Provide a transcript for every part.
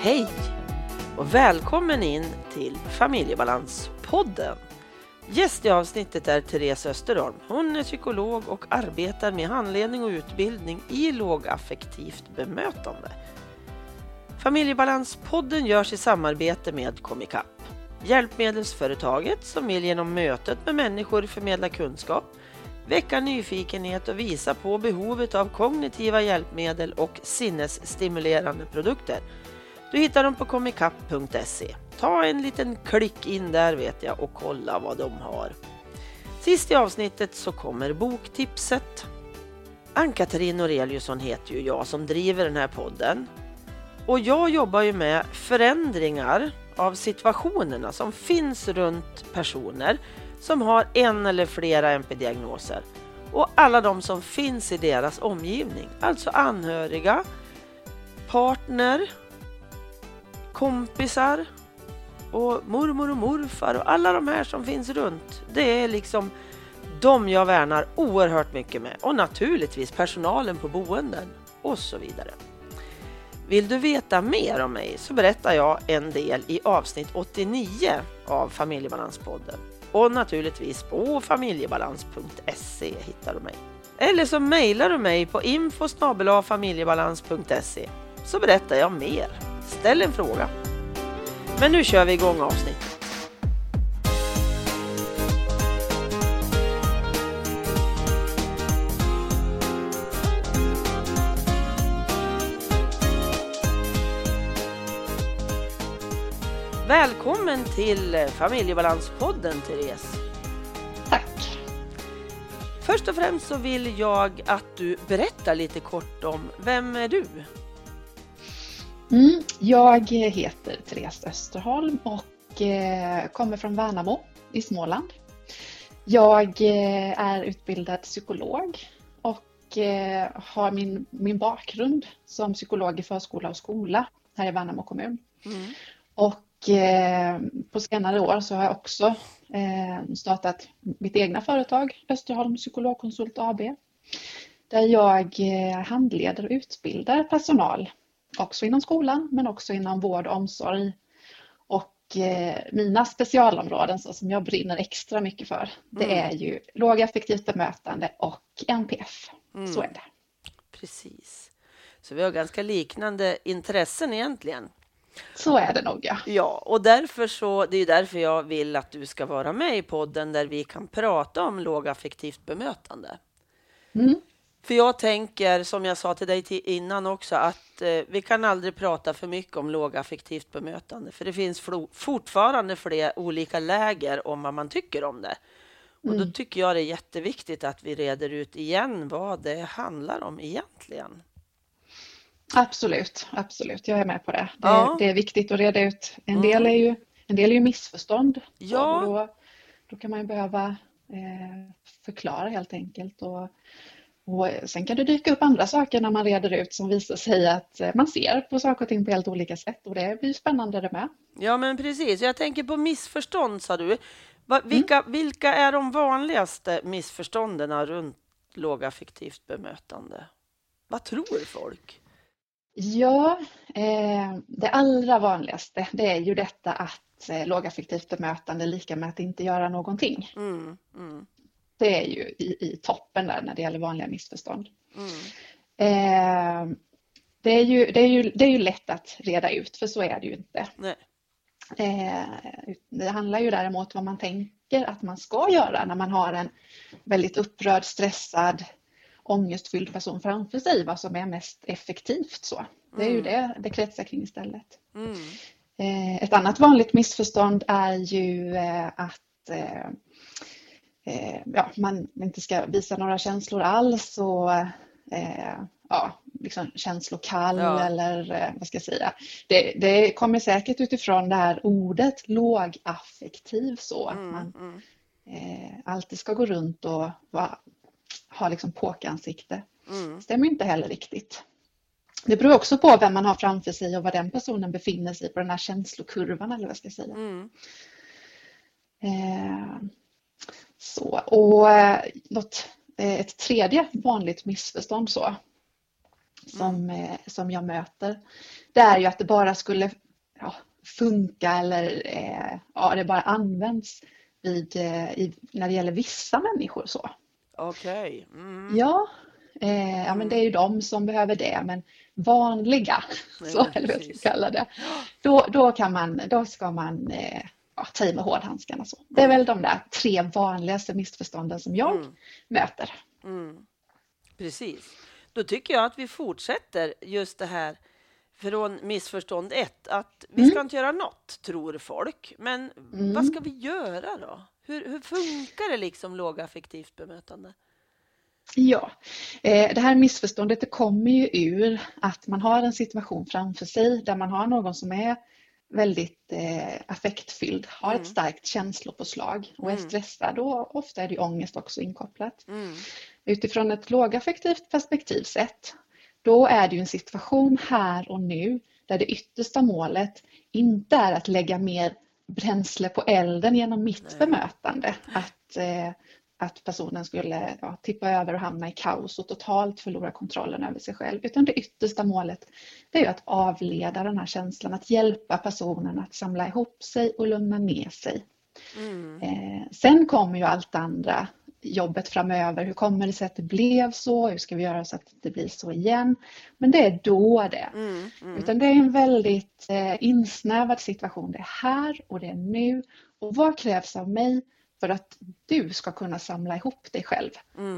Hej och välkommen in till Familjebalanspodden. Gäst i avsnittet är Therese Österholm. Hon är psykolog och arbetar med handledning och utbildning i lågaffektivt bemötande. Familjebalanspodden görs i samarbete med Comicap, hjälpmedelsföretaget som vill genom mötet med människor förmedla kunskap, väcka nyfikenhet och visa på behovet av kognitiva hjälpmedel och sinnesstimulerande produkter. Du hittar dem på comicap.se. Ta en liten klick in där vet jag och kolla vad de har. Sist i avsnittet så kommer boktipset. Ann-Katrin Noreliusson heter ju jag som driver den här podden. Och jag jobbar ju med förändringar av situationerna som finns runt personer som har en eller flera NP-diagnoser. Och alla de som finns i deras omgivning. Alltså anhöriga, partner, kompisar och mormor och morfar och alla de här som finns runt. Det är liksom de jag värnar oerhört mycket med. Och naturligtvis personalen på boenden och så vidare. Vill du veta mer om mig så berättar jag en del i avsnitt 89 av Familjebalanspodden. Och naturligtvis på familjebalans.se hittar du mig. Eller så mejlar du mig på info@familjebalans.se så berättar jag mer. Ställ en fråga. Men nu kör vi igång avsnittet. Välkommen till Familjebalanspodden, Therese. Tack. Först och främst så vill jag att du berättar lite kort om vem är du? Jag heter Therese Österholm och kommer från Värnamo i Småland. Jag är utbildad psykolog och har min bakgrund som psykolog i förskola och skola här i Värnamo kommun. Och på senare år så har jag också startat mitt egna företag, Österholm Psykologkonsult AB. Där jag handleder och utbildar personal. Också inom skolan men också inom vård och omsorg. Och mina specialområden så som jag brinner extra mycket för. Det är ju lågaffektivt bemötande och NPF. Så är det. Precis. Så vi har ganska liknande intressen egentligen. Så är det nog, ja. Ja, och det är därför jag vill att du ska vara med i podden där vi kan prata om lågaffektivt bemötande. För jag tänker, som jag sa till dig innan också, att vi kan aldrig prata för mycket om lågaffektivt bemötande. För det finns fortfarande fler olika läger om vad man tycker om det. Och då tycker jag det är jätteviktigt att vi reder ut igen vad det handlar om egentligen. Absolut. Jag är med på det. Ja. Det är viktigt att reda ut. En del är ju missförstånd. Ja. Då kan man ju behöva förklara helt enkelt. Och sen kan det dyka upp andra saker när man reder ut som visar sig att man ser på saker och ting på helt olika sätt. Och det blir spännande det med. Ja, men precis. Jag tänker på missförstånd, sa du. Vilka är de vanligaste missförstånden runt lågaffektivt bemötande? Vad tror folk? Ja, det allra vanligaste det är ju detta att lågaffektivt bemötande är lika med att inte göra någonting. Det är ju i toppen där när det gäller vanliga missförstånd. Det är ju lätt att reda ut, för så är det ju inte. Nej. Det handlar ju däremot vad man tänker att man ska göra när man har en väldigt upprörd, stressad, ångestfylld person framför sig, vad som är mest effektivt så. Det är ju det kretsar kring istället. Ett annat vanligt missförstånd är ju att man inte ska visa några känslor alls och liksom känslokall eller vad ska jag säga. Det kommer säkert utifrån det här ordet lågaffektiv så att man alltid ska gå runt och ha liksom påkansikte. Stämmer inte heller riktigt. Det beror också på vem man har framför sig och var den personen befinner sig på den här känslokurvan eller vad jag ska säga. Så, och ett tredje vanligt missförstånd så, som jag möter, det är ju att det bara skulle funka eller det bara används när det gäller vissa människor så. Okej. Mm. Ja, men det är ju de som behöver det, men vanliga, så eller vad jag ska kalla det, då ska man ta i med hårdhandskarna så. Det är väl de där 3 vanligaste missförstånden som jag möter. Precis. Då tycker jag att vi fortsätter just det här från missförstånd 1, att vi ska inte göra något, tror folk. Men vad ska vi göra då? Hur funkar det liksom lågaffektivt bemötande? Ja, det här missförståndet det kommer ju ur att man har en situation framför sig där man har någon som är väldigt affektfylld, har ett starkt känslopåslag och är stressad, och ofta är det ångest också inkopplat. Utifrån ett lågaffektivt perspektiv sett, då är det ju en situation här och nu där det yttersta målet inte är att lägga mer bränsle på elden genom mitt bemötande. Att personen skulle tippa över och hamna i kaos och totalt förlora kontrollen över sig själv. Utan det yttersta målet det är ju att avleda den här känslan, att hjälpa personen att samla ihop sig och lugna ner sig. Sen kommer ju allt andra jobbet framöver. Hur kommer det sig att det blev så? Hur ska vi göra så att det blir så igen? Men det är då det. Utan det är en väldigt insnävad situation. Det är här och det är nu. Och vad krävs av mig för att du ska kunna samla ihop dig själv?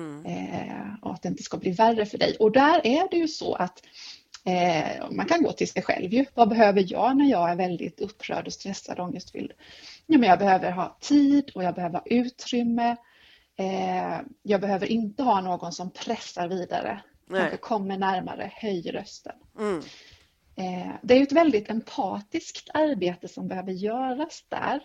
Och att det inte ska bli värre för dig. Och där är det ju så att man kan gå till sig själv ju. Vad behöver jag när jag är väldigt upprörd och stressad och ångestfylld? Ja, men jag behöver ha tid och jag behöver ha utrymme. Jag behöver inte ha någon som pressar vidare. Kanske kommer närmare, höjer rösten. Det är ju ett väldigt empatiskt arbete som behöver göras där.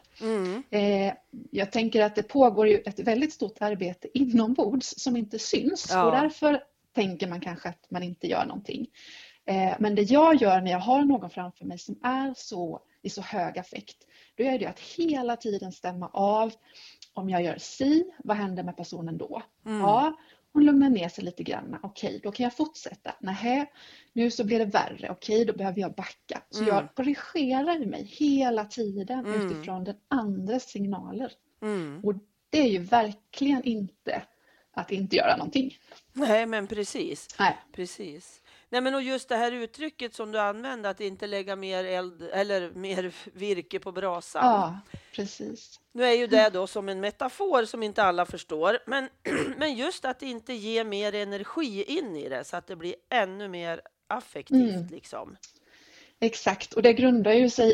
Jag tänker att det pågår ju ett väldigt stort arbete inombords som inte syns. Och därför tänker man kanske att man inte gör någonting. Men det jag gör när jag har någon framför mig som är i så hög affekt, då är det att hela tiden stämma av. Om jag gör vad händer med personen då? Ja, hon lugnar ner sig lite grann. Okej, då kan jag fortsätta. Nej, nu så blir det värre. Okej, då behöver jag backa. Så jag korrigerar mig hela tiden utifrån den andres signaler. Och det är ju verkligen inte att inte göra någonting. Nej, men precis. Nej. Precis. Nej, men och just det här uttrycket som du använde, att inte lägga mer eld eller mer virke på brasan. Ja, precis. Nu är ju det då som en metafor som inte alla förstår. Men just att inte ge mer energi in i det så att det blir ännu mer affektivt liksom. Exakt, och det grundar ju sig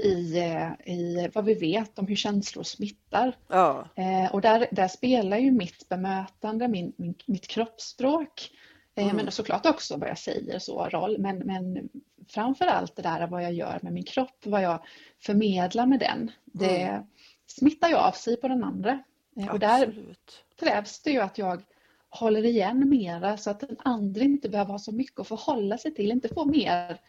i vad vi vet om hur känslor smittar. Ja. Och där spelar ju mitt bemötande, mitt kroppsspråk, men såklart också vad jag säger så roll. Men framförallt det där vad jag gör med min kropp, vad jag förmedlar med den. Det smittar ju av sig på den andra. Och där krävs det ju att jag håller igen mera så att den andra inte behöver ha så mycket att förhålla sig till. Inte få mer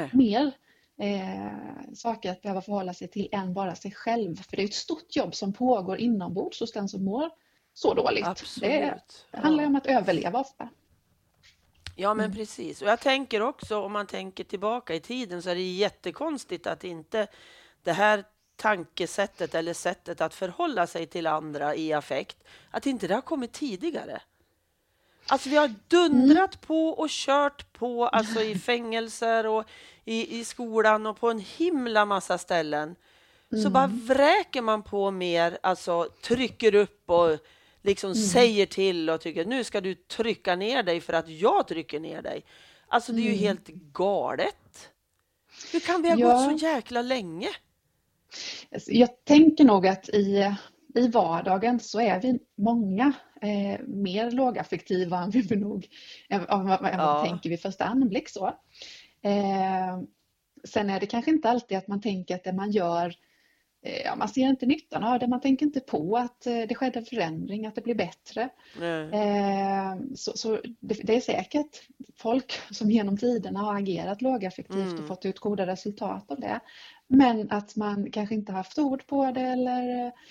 saker att behöva förhålla sig till än bara sig själv. För det är ett stort jobb som pågår inombords hos den som mår så dåligt. Absolut. Det handlar ju om att överleva ofta. Ja, men precis. Och jag tänker också, om man tänker tillbaka i tiden, så är det jättekonstigt att inte det här tankesättet eller sättet att förhålla sig till andra i affekt, att inte det har kommit tidigare. Alltså vi har dundrat på och kört på, alltså i fängelser och i skolan och på en himla massa ställen. Så bara vräker man på mer, alltså trycker upp och liksom säger till och tycker nu ska du trycka ner dig för att jag trycker ner dig. Alltså det är ju helt galet. Hur kan vi ha gått så jäkla länge? Jag tänker nog att i vardagen så är vi många mer lågaffektiva än vi nog tänker vid första anblick så. Sen är det kanske inte alltid att man tänker att det man gör, man ser inte nyttan av det, man tänker inte på att det skedde en förändring, att det blir bättre. Så det är säkert folk som genom tiderna har agerat lågaffektivt och fått ut goda resultat av det. Men att man kanske inte haft ord på det eller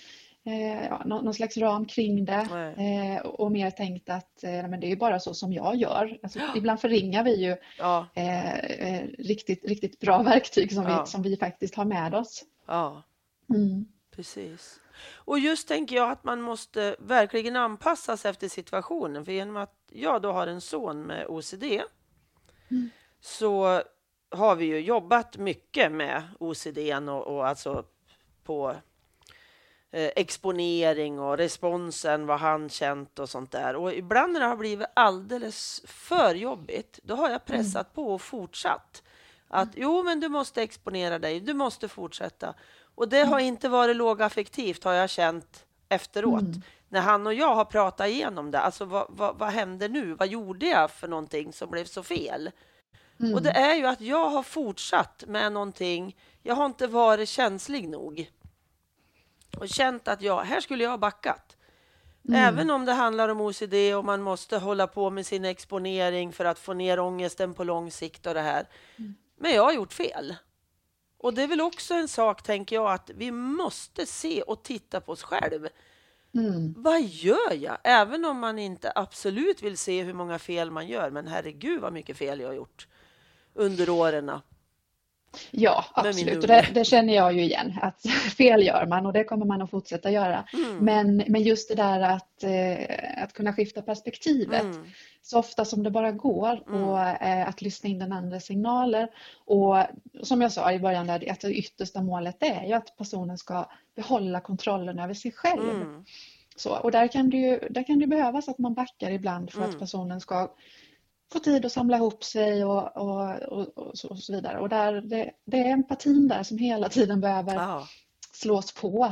ja, någon slags ram kring det. Nej. Och mer tänkt att men det är ju bara så som jag gör. Alltså, ibland förringar vi ju Ja, riktigt, riktigt bra verktyg Ja. som vi faktiskt har med oss. ja, Mm. precis. Och just tänker jag att man måste verkligen anpassa sig efter situationen. För genom att jag då har en son med OCD Mm. så har vi ju jobbat mycket med OCD:n och alltså på exponering och responsen, vad han känt och sånt där. Och ibland när det har blivit alldeles för jobbigt, då har jag pressat på och fortsatt. Att jo, men du måste exponera dig, du måste fortsätta. Och det har inte varit lågaffektivt, har jag känt efteråt. När han och jag har pratat igenom det. Alltså vad hände nu? Vad gjorde jag för någonting som blev så fel? Och det är ju att jag har fortsatt med någonting. Jag har inte varit känslig nog. Och känt att här skulle jag ha backat. Även om det handlar om OCD och man måste hålla på med sin exponering för att få ner ångesten på lång sikt och det här. Men jag har gjort fel. Och det är väl också en sak, tänker jag, att vi måste se och titta på oss själv. Vad gör jag? Även om man inte absolut vill se hur många fel man gör. Men herregud vad mycket fel jag har gjort under åren. Ja, absolut. Och det känner jag ju igen. Att fel gör man och det kommer man att fortsätta göra. Men just det där att kunna skifta perspektivet så ofta som det bara går och att lyssna in den andra signaler. Och som jag sa i början, där, att det yttersta målet är ju att personen ska behålla kontrollen över sig själv. Så, och där kan det behövas att man backar ibland för att personen ska få tid att samla ihop sig och så vidare. Och det är empatin där som hela tiden behöver slås på.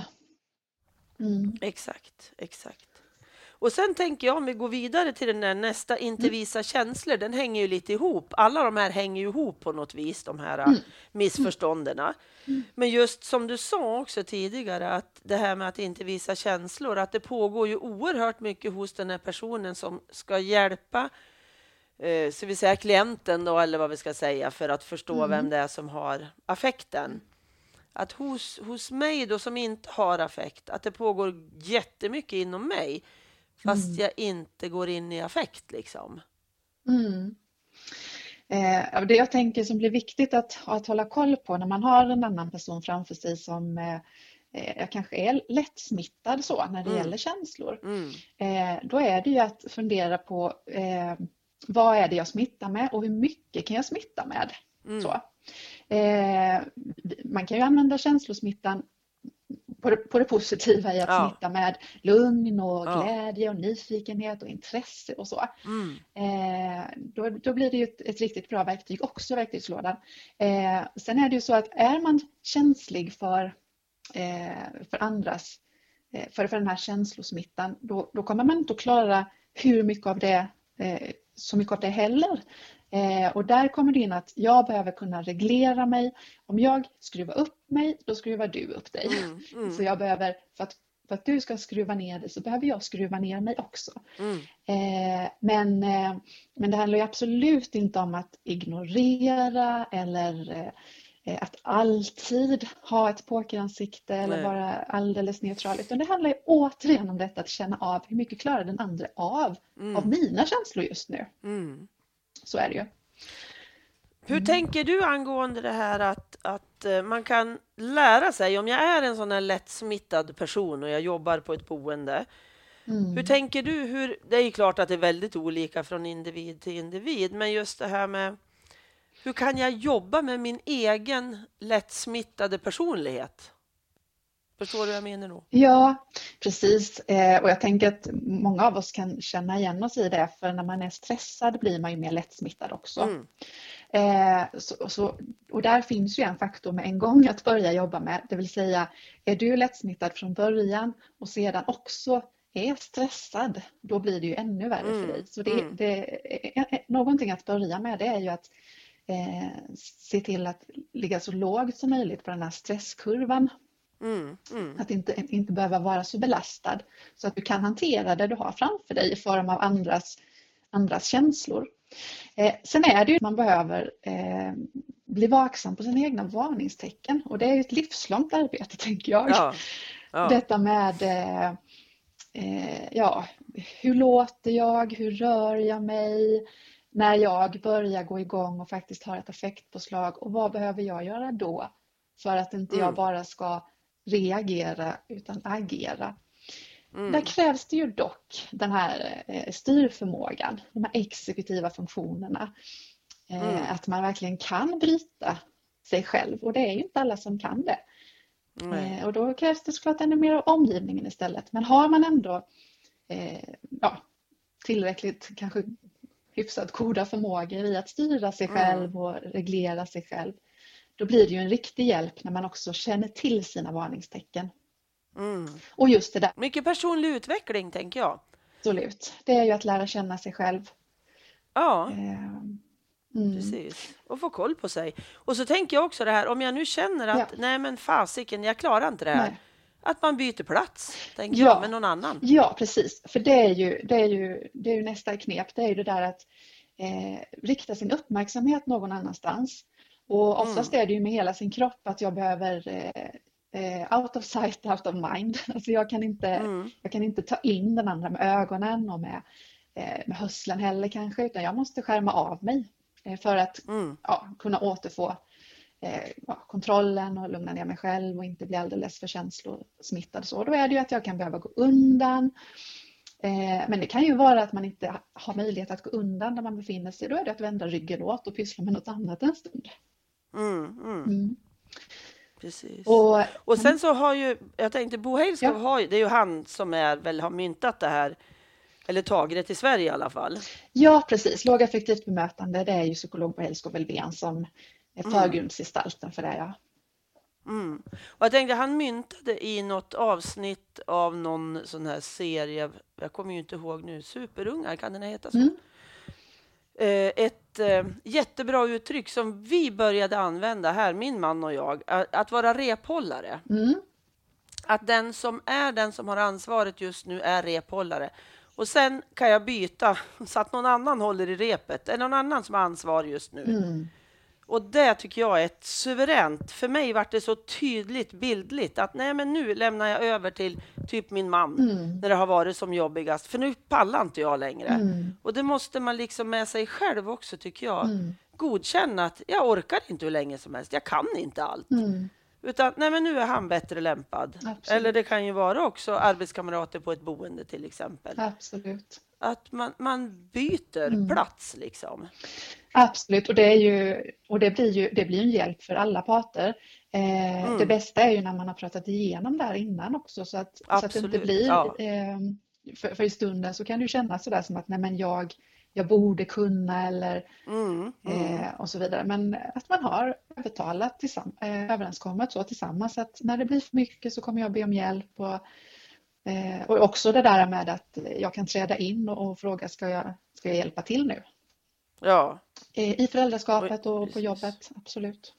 Exakt. Och sen tänker jag, om vi går vidare till den där nästa, inte visa känslor, den hänger ju lite ihop. Alla de här hänger ju ihop på något vis, de här missförstånderna. Men just som du sa också tidigare, att det här med att inte visa känslor, att det pågår ju oerhört mycket hos den här personen som ska hjälpa så vi säger klienten då, eller vad vi ska säga, för att förstå vem det är som har affekten. Att hos mig då som inte har affekt, att det pågår jättemycket inom mig fast jag inte går in i affekt liksom. Det jag tänker som blir viktigt att hålla koll på när man har en annan person framför sig som kanske är lättsmittad så när det gäller känslor. Då är det ju att fundera på vad är det jag smittar med och hur mycket kan jag smitta med? Så. Man kan ju använda känslosmittan på det positiva i att smitta med lugn och glädje och nyfikenhet och intresse och så. Då blir det ju ett riktigt bra verktyg också, verktygslådan. Sen är det ju så att är man känslig för andras, för den här känslosmittan, då kommer man inte att klara hur mycket av det, så mycket av det heller. Och där kommer det in att jag behöver kunna reglera mig. Om jag skruvar upp mig, då skruvar du upp dig. Så jag behöver, för att du ska skruva ner dig så behöver jag skruva ner mig också. Men det handlar ju absolut inte om att ignorera eller att alltid ha ett pokeransikte eller vara alldeles neutral. Utan det handlar ju återigen om detta att känna av hur mycket klarar den andra av mina känslor just nu. Så är det ju. Hur tänker du angående det här att man kan lära sig, om jag är en sån här lättsmittad person och jag jobbar på ett boende, hur tänker du, det är ju klart att det är väldigt olika från individ till individ, men just det här med hur kan jag jobba med min egen lättsmittade personlighet? Förstår du vad jag menar då? Ja, precis. Och jag tänker att många av oss kan känna igen oss i det, för när man är stressad blir man ju mer lättsmittad också. Och där finns ju en faktor med en gång att börja jobba med, det vill säga är du lättsmittad från början och sedan också är stressad, då blir det ju ännu värre för dig. Så någonting att börja med, det är ju att se till att ligga så lågt som möjligt på den här stresskurvan. Att inte behöva vara så belastad så att du kan hantera det du har framför dig i form av andras känslor. Sen är det ju att man behöver bli vaksam på sina egna varningstecken, och det är ju ett livslångt arbete, tänker jag. Detta med ja, hur låter jag, hur rör jag mig när jag börjar gå igång och faktiskt har ett affektpåslag, och vad behöver jag göra då för att inte jag bara ska reagera utan agera. Där krävs det ju dock den här styrförmågan, de här exekutiva funktionerna. Att man verkligen kan bryta sig själv, och det är ju inte alla som kan det. Och då krävs det såklart ännu mer av omgivningen istället. Men har man ändå tillräckligt kanske hyfsat goda förmågor i att styra sig själv och reglera sig själv, då blir det ju en riktig hjälp när man också känner till sina varningstecken. Och just det där. Mycket personlig utveckling, tänker jag. Absolut. Det är ju att lära känna sig själv. Ja, precis. Och få koll på sig. Och så tänker jag också det här, om jag nu känner att nej men fasiken, jag klarar inte det här. Nej. Att man byter plats, tänker jag, med någon annan. Ja, precis. För det är ju nästa knep. Det är ju det där att rikta sin uppmärksamhet någon annanstans. Och oftast är det ju med hela sin kropp att jag behöver out of sight, out of mind. Alltså jag kan inte ta in den andra med ögonen och med hörslen heller kanske, utan jag måste skärma av mig för att kunna återfå kontrollen och lugna ner mig själv och inte bli alldeles för känslosmittad. Så då är det ju att jag kan behöva gå undan. Men det kan ju vara att man inte har möjlighet att gå undan där man befinner sig. Då är det att vända ryggen åt och pyssla med något annat en stund. Precis. Och sen så har ju, jag tänkte Bo Hejlskov det är ju han som har myntat det här, eller tagit det till Sverige i alla fall. Ja, precis. Lågaffektivt bemötande, det är ju psykolog Bo Hejlskov-Elfven som är förgrundsgestalten för det, Och jag tänkte, han myntade i något avsnitt av någon sån här serie, jag kommer ju inte ihåg nu, Superungar, kan den heta så? Ett jättebra uttryck som vi började använda här, min man och jag, att vara rephållare. Att den som har ansvaret just nu är rephållare. Och sen kan jag byta så att någon annan håller i repet. Eller någon annan som har ansvar just nu. Och det tycker jag är ett suveränt. För mig var det så tydligt bildligt att nej, men nu lämnar jag över till typ min man när det har varit som jobbigast. För nu pallar inte jag längre. Och det måste man liksom med sig själv också, tycker jag. Godkänna att jag orkar inte hur länge som helst. Jag kan inte allt. Utan nej, men nu är han bättre lämpad. Absolut. Eller det kan ju vara också arbetskamrater på ett boende till exempel. Absolut. Att man byter plats liksom. Absolut, och det blir en hjälp för alla parter. Det bästa är ju när man har pratat igenom det här innan också, så att det inte blir för i stunden så kan du känna sådär som att nej, men jag borde kunna eller och så vidare. Men att man har överenskommet så tillsammans att när det blir för mycket så kommer jag be om hjälp. Och också det där med att jag kan träda in och fråga, ska jag hjälpa till nu? Ja. I föräldraskapet och på jobbet, absolut.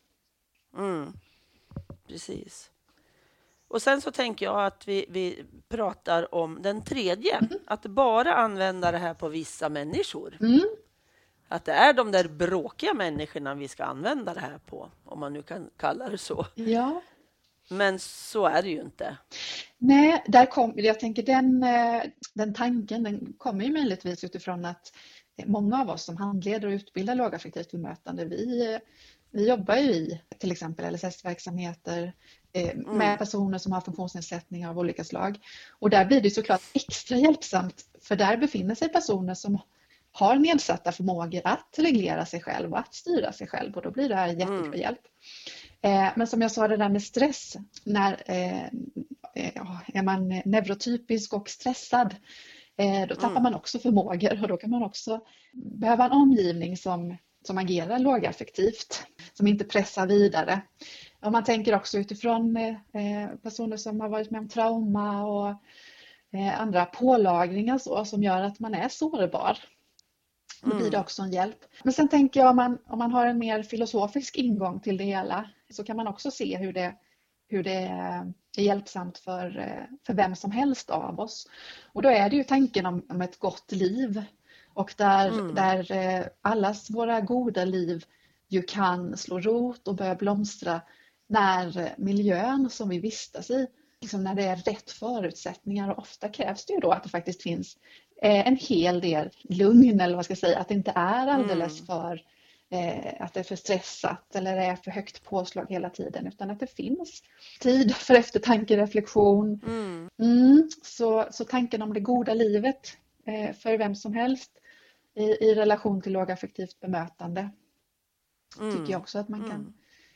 Precis. Och sen så tänker jag att vi pratar om den tredje. Att bara använda det här på vissa människor. Att det är de där bråkiga människorna vi ska använda det här på. Om man nu kan kalla det så. Ja. Men så är det ju inte. Nej, jag tänker den tanken den kommer ju möjligtvis utifrån att många av oss som handleder och utbildar lågaffektivt bemötande, vi jobbar ju i till exempel LSS-verksamheter med personer som har funktionsnedsättningar av olika slag. Och där blir det såklart extra hjälpsamt, för där befinner sig personer som har nedsatta förmågor att reglera sig själv och att styra sig själv, och då blir det här jättebra hjälp. Men som jag sa, det där med stress, när är man neurotypisk och stressad, då tappar man också förmågor, och då kan man också behöva en omgivning som agerar lågaffektivt, som inte pressar vidare. Och man tänker också utifrån personer som har varit med om trauma och andra pålagringar så, som gör att man är sårbar. Då blir det också en hjälp. Men sen tänker jag, om man har en mer filosofisk ingång till det hela, så kan man också se hur det är hjälpsamt för vem som helst av oss. Och då är det ju tanken om ett gott liv, och där allas våra goda liv ju kan slå rot och börja blomstra när miljön som vi vistas i liksom när det är rätt förutsättningar, och ofta krävs det ju då att det faktiskt finns en hel del lugn, eller vad ska jag säga, att det inte är alldeles för att det är för stressat eller är för högt påslag hela tiden, utan att det finns tid för eftertanke, reflektion. Så tanken om det goda livet för vem som helst i relation till lågaffektivt bemötande tycker jag också att man kan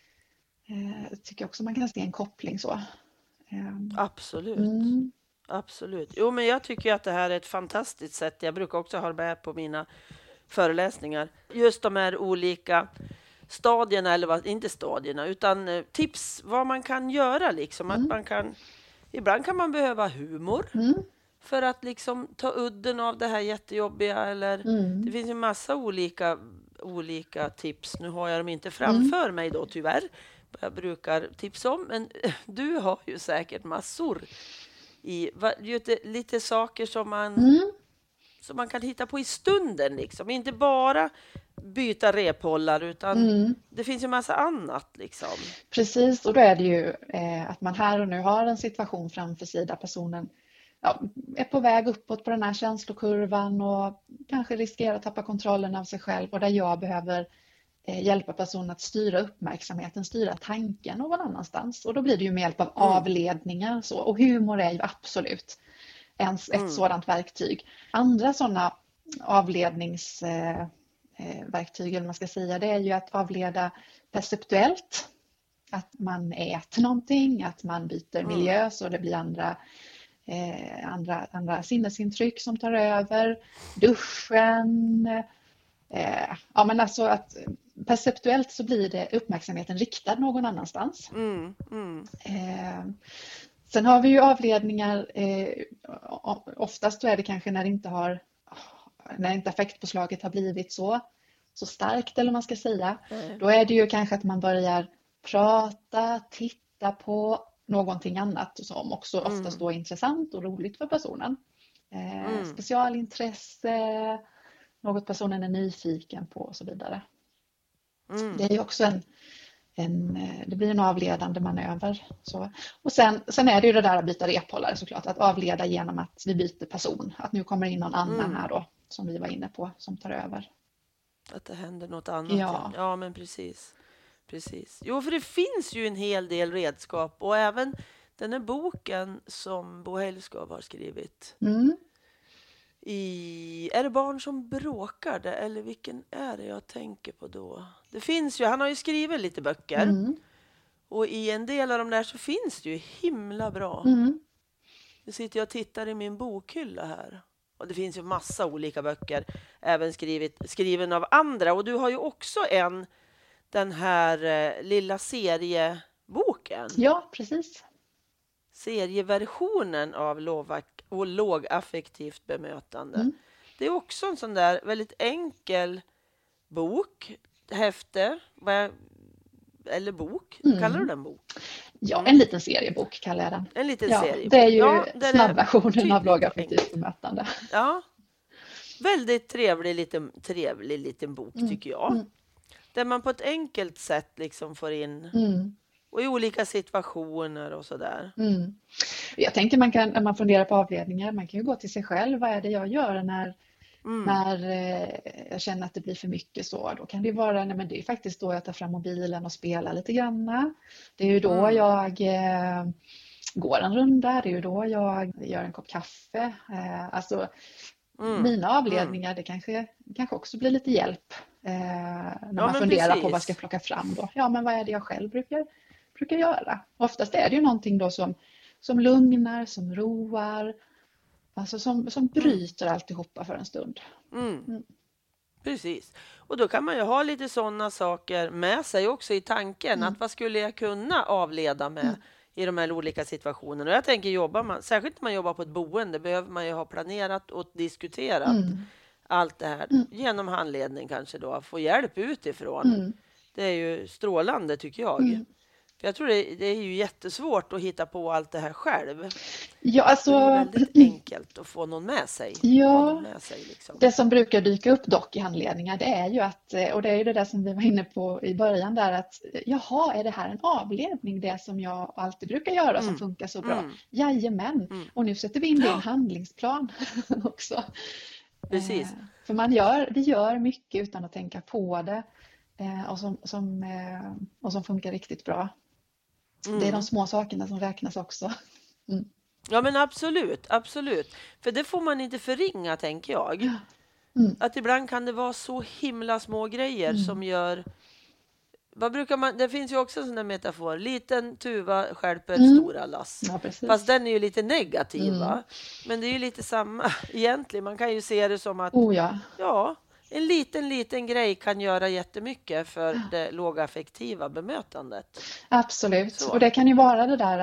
man kan se en koppling så. Absolut. Absolut. Jo, men jag tycker att det här är ett fantastiskt sätt. Jag brukar också ha med på mina föreläsningar. Just de här olika stadierna, eller inte stadierna, utan tips vad man kan göra liksom. Att man kan, ibland kan man behöva humor för att liksom ta udden av det här jättejobbiga, eller det finns en massa olika tips. Nu har jag dem inte framför mig då tyvärr. Jag brukar tipsa om, men du har ju säkert massor i lite saker som man kan hitta på i stunden liksom. Inte bara byta rephållare, utan det finns ju massa annat liksom. Precis, och då är det ju att man här och nu har en situation framför sig där personen är på väg uppåt på den här känslokurvan och kanske riskerar att tappa kontrollen av sig själv, och där jag behöver hjälpa personen att styra uppmärksamheten, styra tanken någon annanstans. Och då blir det ju med hjälp av avledningar. Så. Och humor är ju absolut ett sådant verktyg. Andra sådana avledningsverktyg, eller man ska säga, det är ju att avleda perceptuellt. Att man äter någonting, att man byter miljö så det blir andra sinnesintryck som tar över. Duschen. Men alltså att perceptuellt så blir det uppmärksamheten riktad någon annanstans. Sen har vi ju avledningar, oftast då är det kanske när inte affektpåslaget har blivit så starkt, eller man ska säga. Då är det ju kanske att man börjar prata, titta på någonting annat som också oftast då är intressant och roligt för personen. Specialintresse, något personen är nyfiken på och så vidare. Det är ju också det blir en avledande manöver. Så. Och sen är det ju det där att byta rephållare såklart. Att avleda genom att vi byter person. Att nu kommer in någon annan här då, som vi var inne på, som tar över. Att det händer något annat. Ja, men precis. Jo, för det finns ju en hel del redskap. Och även den här boken som Bo Hejlskov har skrivit. Är det barn som bråkar det, eller vilken är det jag tänker på då? Det finns ju, han har ju skrivit lite böcker. Och i en del av de där så finns det ju himla bra. Nu sitter jag och tittar i min bokhylla här. Och det finns ju massa olika böcker, även skriven av andra. Och du har ju också den här lilla serieboken. Ja, precis. Serieversionen av lågaffektivt bemötande. Det är också en sån där väldigt enkel bok, häfte, eller bok. Kallar du den bok? Ja, en liten seriebok kallar jag den. En liten seriebok. Det är ju snabbversionen av lågaffektivt bemötande. Ja, väldigt trevlig liten bok tycker jag. Där man på ett enkelt sätt liksom får in och i olika situationer och sådär. Jag tänker när man funderar på avledningar, man kan ju gå till sig själv. Vad är det jag gör när jag känner att det blir för mycket så? Då kan det vara, men det är faktiskt då jag tar fram mobilen och spelar lite grann. Det är ju då jag går en runda, det är ju då jag gör en kopp kaffe. Mina avledningar, det kanske också blir lite hjälp när man funderar på vad jag ska plocka fram då. Ja, men vad är det jag själv brukar göra? Oftast är det ju någonting då som lugnar, som roar, alltså som bryter alltihopa för en stund. Precis. Och då kan man ju ha lite sådana saker med sig också i tanken. Att vad skulle jag kunna avleda med i de här olika situationerna? Och jag tänker särskilt när man jobbar på ett boende, behöver man ju ha planerat och diskuterat allt det här genom handledning kanske då. Få hjälp utifrån. Det är ju strålande tycker jag. För jag tror det är ju jättesvårt att hitta på allt det här själv. Ja, alltså, det är väldigt enkelt att få någon med sig. Ja, Liksom. det som brukar dyka upp dock i handledningar, det är ju att, och det är ju det där som vi var inne på i början där, att jaha, är det här en avledning, det som jag alltid brukar göra som funkar så bra? Jajamän, och nu sätter vi in det i en handlingsplan också. Precis. För vi gör mycket utan att tänka på det, och som funkar riktigt bra. Det är de små sakerna som räknas också. Ja, men absolut. För det får man inte förringa, tänker jag. Att ibland kan det vara så himla små grejer som gör... Vad brukar man... Det finns ju också en sån där metafor. Liten tuva stjälper stora lass. Ja, precis. Fast den är ju lite negativ, va? Men det är ju lite samma egentligen. Man kan ju se det som att... Ja, en liten grej kan göra jättemycket för det lågaffektiva bemötandet. Absolut. Så. Och det kan ju vara det där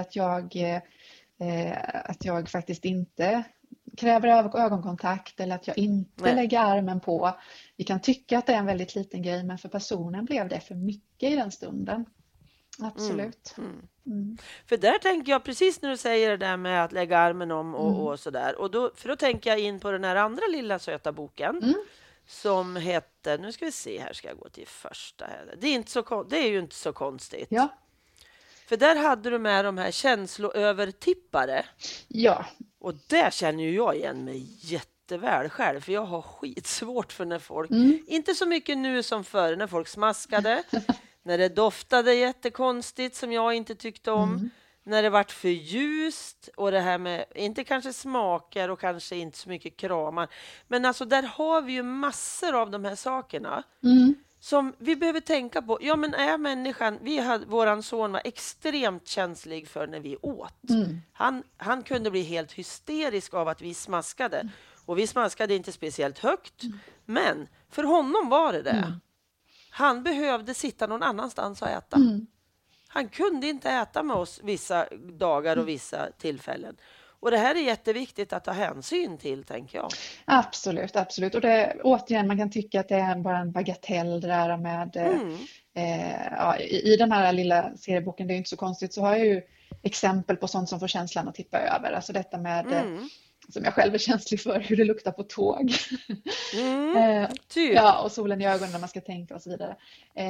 att jag faktiskt inte kräver ögonkontakt eller att jag inte lägger armen på. Vi kan tycka att det är en väldigt liten grej, men för personen blev det för mycket i den stunden. Absolut. För där tänker jag, precis när du säger det där med att lägga armen om och sådär. Och då tänker jag in på den här andra lilla söta boken. Som heter, nu ska vi se, här ska jag gå till första här. Det är ju inte så konstigt. Ja. För där hade du med de här känsloövertippare. Ja. Och där känner ju jag igen mig jätteväl själv. För jag har skitsvårt för när folk, inte så mycket nu som förr, när folk smaskade. När det doftade jättekonstigt som jag inte tyckte om. När det vart för ljust och det här med, inte kanske smaker och kanske inte så mycket kramar. Men alltså där har vi ju massor av de här sakerna som vi behöver tänka på. Ja, men är människan, våran son var extremt känslig för när vi åt. Han kunde bli helt hysterisk av att vi smaskade. Och vi smaskade inte speciellt högt. Men för honom var det. Han behövde sitta någon annanstans och äta. Han kunde inte äta med oss vissa dagar och vissa tillfällen. Och det här är jätteviktigt att ta hänsyn till, tänker jag. Absolut. Och det, återigen, man kan tycka att det är bara en bagatell det där med... i den här lilla serieboken, det är inte så konstigt, så har jag ju exempel på sånt som får känslan att tippa över. Alltså detta med... som jag själv är känslig för, hur det luktar på tåg. Ja, och solen i ögonen när man ska tänka och så vidare.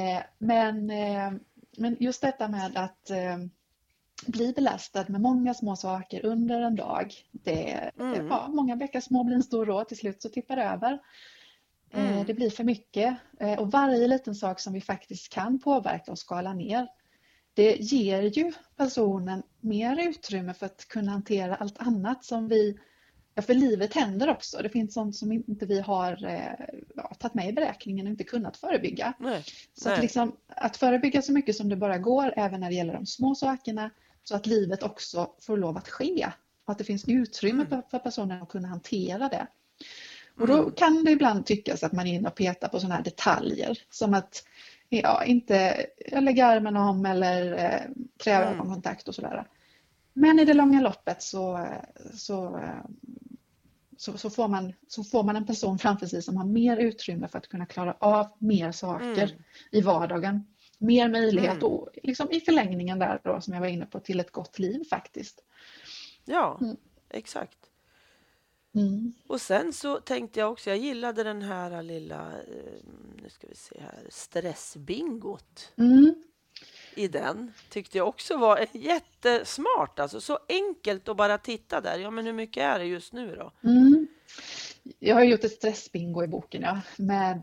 Men just detta med att bli belastad med många små saker under en dag. Många bäckar små blir en stor å, till slut så tippar det över. Det blir för mycket. Och varje liten sak som vi faktiskt kan påverka och skala ner, det ger ju personen mer utrymme för att kunna hantera allt annat som vi... Ja, för livet händer också. Det finns sånt som inte vi har tagit med i beräkningen och inte kunnat förebygga. Så att förebygga så mycket som det bara går, även när det gäller de små sakerna, så att livet också får lov att ske. Och att det finns utrymme för personen att kunna hantera det. Och då kan det ibland tyckas att man är inne och petar på sådana här detaljer. Som att inte lägga armen om eller kräva ögonkontakt och sådär. Men i det långa loppet så får man en person framför sig som har mer utrymme för att kunna klara av mer saker i vardagen. Mer möjlighet och liksom i förlängningen där då, som jag var inne på, till ett gott liv faktiskt. Ja, exakt. Och sen så tänkte jag också, jag gillade den här lilla, nu ska vi se här, stressbingot. I den tyckte jag också var jättesmart. Alltså så enkelt att bara titta där. Ja, men hur mycket är det just nu då? Jag har gjort ett stressbingo i boken, med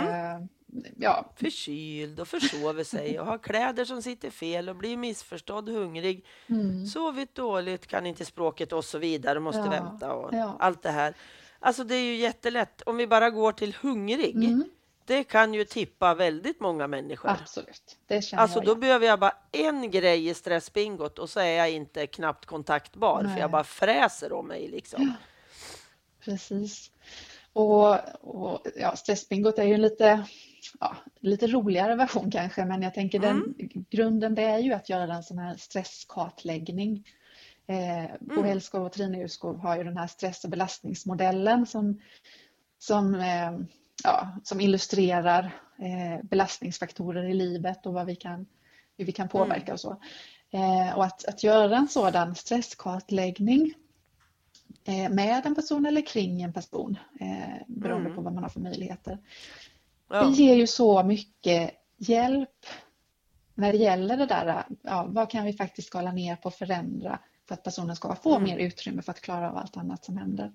förkyld och försover sig och har kläder som sitter fel och blir missförstådd, hungrig, sovit dåligt, kan inte språket och så vidare, måste vänta och allt det här. Alltså det är ju jättelätt. Om vi bara går till hungrig, det kan ju tippa väldigt många människor. Absolut, det känner jag. Då behöver jag bara en grej i stressbingot och så är jag inte knappt kontaktbar. För jag bara fräser om mig liksom. Precis. Och stressbingot är ju en lite roligare version kanske. Men jag tänker grunden, det är ju att göra en sån här stresskartläggning. Bo Hellskov och Trine Urskov har ju den här stress- och belastningsmodellen som illustrerar belastningsfaktorer i livet och vad vi kan hur vi kan påverka och så. Och att göra en sådan stresskartläggning med en person eller kring en person, beroende på vad man har för möjligheter. Ja. Det ger ju så mycket hjälp när det gäller det där, vad kan vi faktiskt skala ner på och förändra för att personen ska få mer utrymme för att klara av allt annat som händer.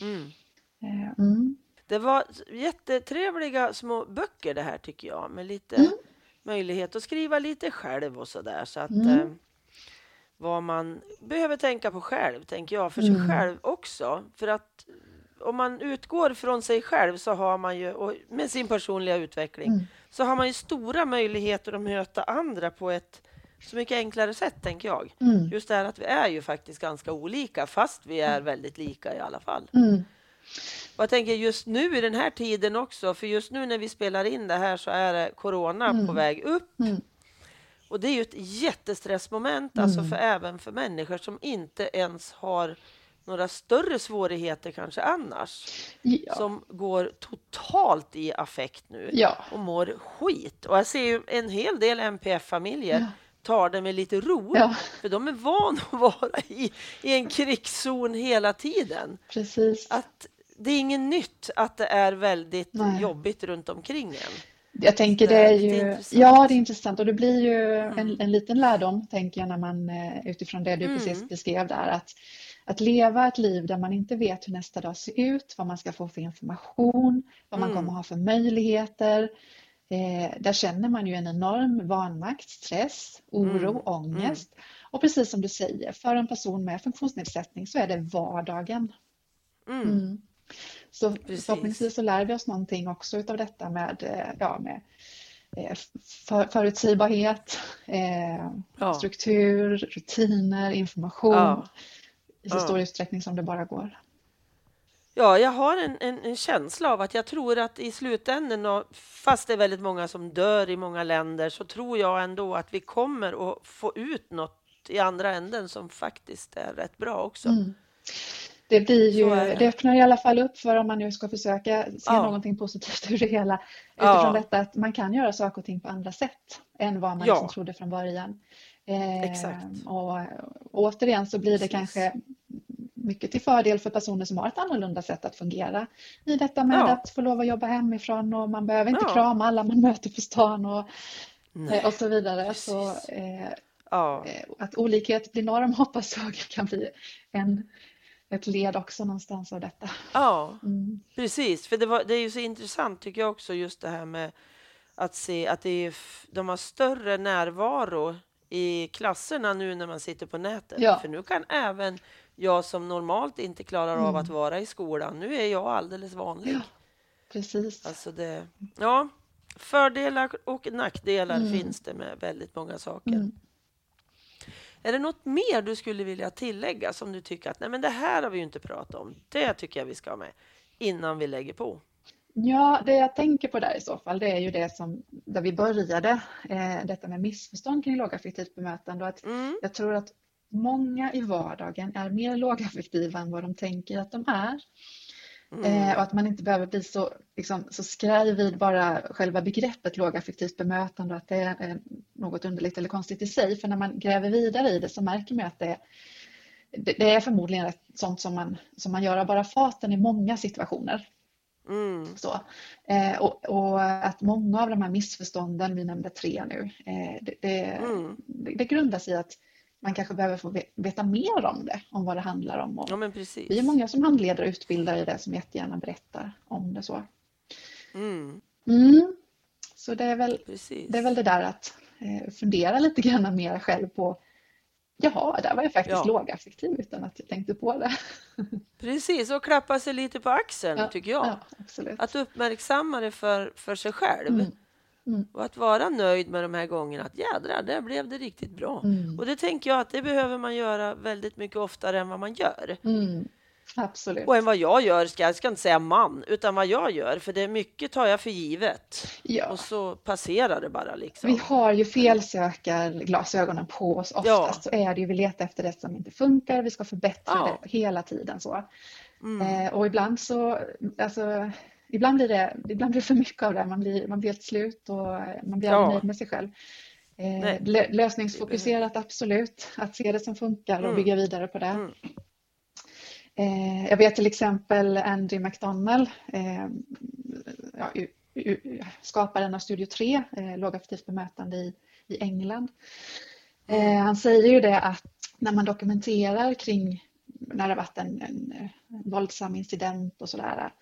Det var jättetrevliga små böcker det här tycker jag, med lite möjlighet att skriva lite själv och sådär, så att vad man behöver tänka på själv, tänker jag, för sig själv också, för att om man utgår från sig själv så har man ju, och med sin personliga utveckling, så har man ju stora möjligheter att möta andra på ett så mycket enklare sätt, tänker jag. Just det här att vi är ju faktiskt ganska olika, fast vi är väldigt lika i alla fall. Och jag tänker just nu i den här tiden också, för just nu när vi spelar in det här så är det corona på väg upp. Och det är ju ett jättestressmoment, alltså även för människor som inte ens har några större svårigheter kanske annars. Ja. Som går totalt i affekt nu och mår skit. Och jag ser ju en hel del MPF-familjer tar det med lite ro. Ja. För de är van att vara i en krigszon hela tiden. Precis. Att det är inget nytt att det är väldigt jobbigt runt omkring en. Jag tänker det är ju, det är intressant, och det blir ju en liten lärdom, tänker jag, när man utifrån det du precis beskrev där, att leva ett liv där man inte vet hur nästa dag ser ut, vad man ska få för information, vad man kommer ha för möjligheter. Där känner man ju en enorm vanmakt, stress, oro, ångest. Och precis som du säger, för en person med funktionsnedsättning så är det vardagen. Så förhoppningsvis så lär vi oss någonting också utav detta med förutsägbarhet, struktur, rutiner, information i så stor utsträckning som det bara går. Ja, jag har en känsla av att jag tror att i slutändan, fast det är väldigt många som dör i många länder, så tror jag ändå att vi kommer att få ut något i andra änden som faktiskt är rätt bra också. Det blir ju, det öppnar i alla fall upp för, om man nu ska försöka se någonting positivt ur det hela, utifrån detta att man kan göra saker och ting på andra sätt än vad man liksom trodde från början. Exakt. Och återigen så blir det kanske mycket till fördel för personer som har ett annorlunda sätt att fungera i detta med att få lov att jobba hemifrån, och man behöver inte krama alla man möter på stan och så vidare. Så, att olikhet blir norm, hoppas jag kan bli ett led också någonstans av detta. Ja, precis. För det är ju så intressant tycker jag också, just det här med att se att de har större närvaro i klasserna nu när man sitter på nätet. För nu kan även jag som normalt inte klarar av att vara i skolan, nu är jag alldeles vanlig. Ja, precis. Alltså fördelar och nackdelar finns det med väldigt många saker. Är det något mer du skulle vilja tillägga som du tycker att nej, men det här har vi ju inte pratat om. Det tycker jag vi ska ha med innan vi lägger på. Ja, det jag tänker på där i så fall, det är ju det där vi började, detta med missförstånd kring lågaffektivt bemötande. Och att jag tror att många i vardagen är mer lågaffektiva än vad de tänker att de är. Och att man inte behöver bli så skraj vid bara själva begreppet lågaffektivt bemötande, att det är något underligt eller konstigt i sig. För när man gräver vidare i det så märker man att det är förmodligen sånt som man gör av bara farten i många situationer. Så. Och att många av de här missförstånden, vi nämnde 3 nu, det grundar sig i att man kanske behöver få veta mer om det, om vad det handlar om. Och men precis. Vi är många som handleder och utbildar i det som jättegärna berättar om det så. Så det är väl det där att fundera lite grann mer själv på, jaha, där var jag faktiskt lågaffektiv utan att jag tänkte på det. Precis, och klappa sig lite på axeln tycker jag. Ja, absolut. Att uppmärksamma det för sig själv. Och att vara nöjd med de här gångerna, att jädrar, där blev det riktigt bra. Och det tänker jag att det behöver man göra väldigt mycket oftare än vad man gör. Absolut. Och än vad jag gör, jag ska inte säga utan vad jag gör, för det är mycket tar jag för givet. Och så passerar det bara liksom. Vi har ju felsökarglasögonen på oss oftast, så är det ju, vi letar efter det som inte funkar, vi ska förbättra det hela tiden så. Och ibland blir det för mycket av det, man blir helt slut och man blir aldrig nöjd med sig själv. Lösningsfokuserat, absolut. Att se det som funkar och bygga vidare på det. Jag vet till exempel Andy McDonald, skaparen av Studio 3, lågaffektivt bemötande i England. Han säger ju det att när man dokumenterar kring när det har varit en våldsam incident och sådär,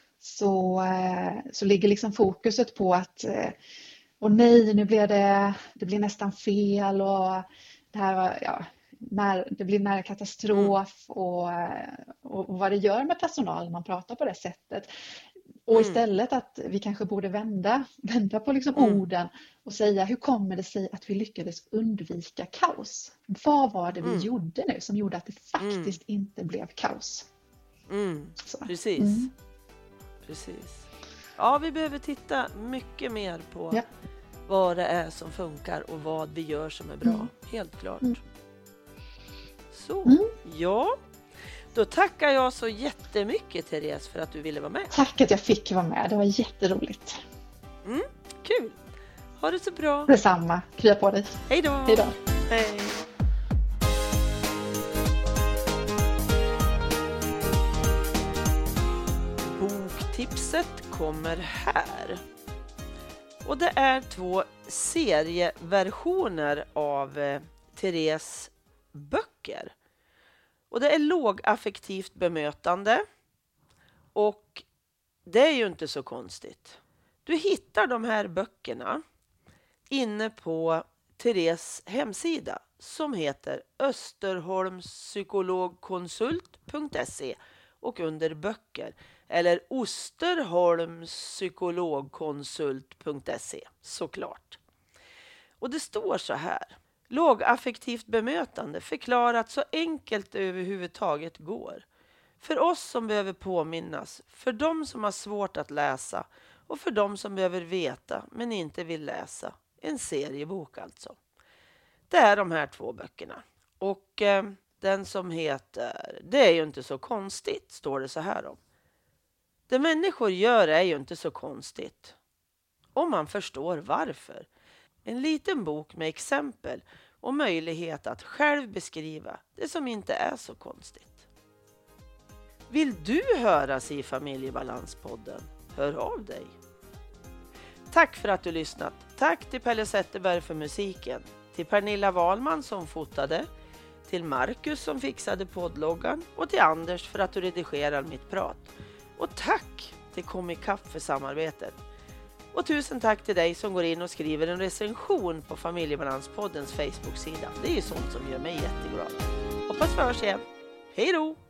så ligger liksom fokuset på att nej, nu blir det blir nästan fel och det här var, det blir nära katastrof och vad det gör med personal när man pratar på det sättet. Och istället att vi kanske borde vända på liksom orden och säga, hur kommer det sig att vi lyckades undvika kaos? Vad var det vi gjorde nu som gjorde att det faktiskt inte blev kaos? Precis. Ja, vi behöver titta mycket mer på vad det är som funkar och vad vi gör som är bra. Helt klart. Så, då tackar jag så jättemycket, Therese, för att du ville vara med. Tack att jag fick vara med, det var jätteroligt. Kul. Ha det så bra. Detsamma, krya på dig. Hej då. Hej då. Hej. Boktipset kommer här. Och det är 2 serieversioner av Therese böcker. Och det är lågaffektivt bemötande. Och det är ju inte så konstigt. Du hittar de här böckerna inne på Therese hemsida som heter österholmspsykologkonsult.se och under böcker eller osterholmspsykologkonsult.se såklart. Och det står så här: lågaffektivt bemötande förklarat så enkelt det överhuvudtaget går. För oss som behöver påminnas, för de som har svårt att läsa och för de som behöver veta men inte vill läsa. En seriebok alltså. Det är de här 2 böckerna. Och den som heter Det är ju inte så konstigt, står det så här om. Det människor gör är ju inte så konstigt. Om man förstår varför. En liten bok med exempel och möjlighet att själv beskriva det som inte är så konstigt. Vill du höras i Familjebalanspodden? Hör av dig. Tack för att du lyssnat. Tack till Pelle Zetterberg för musiken. Till Pernilla Wahlman som fotade. Till Marcus som fixade poddloggan. Och till Anders för att du redigerar mitt prat. Och tack till Comicap för samarbetet. Och tusen tack till dig som går in och skriver en recension på Familjebalanspoddens Facebook-sida. Det är ju sånt som gör mig jätteglad. Hoppas vi hörs igen. Hej då!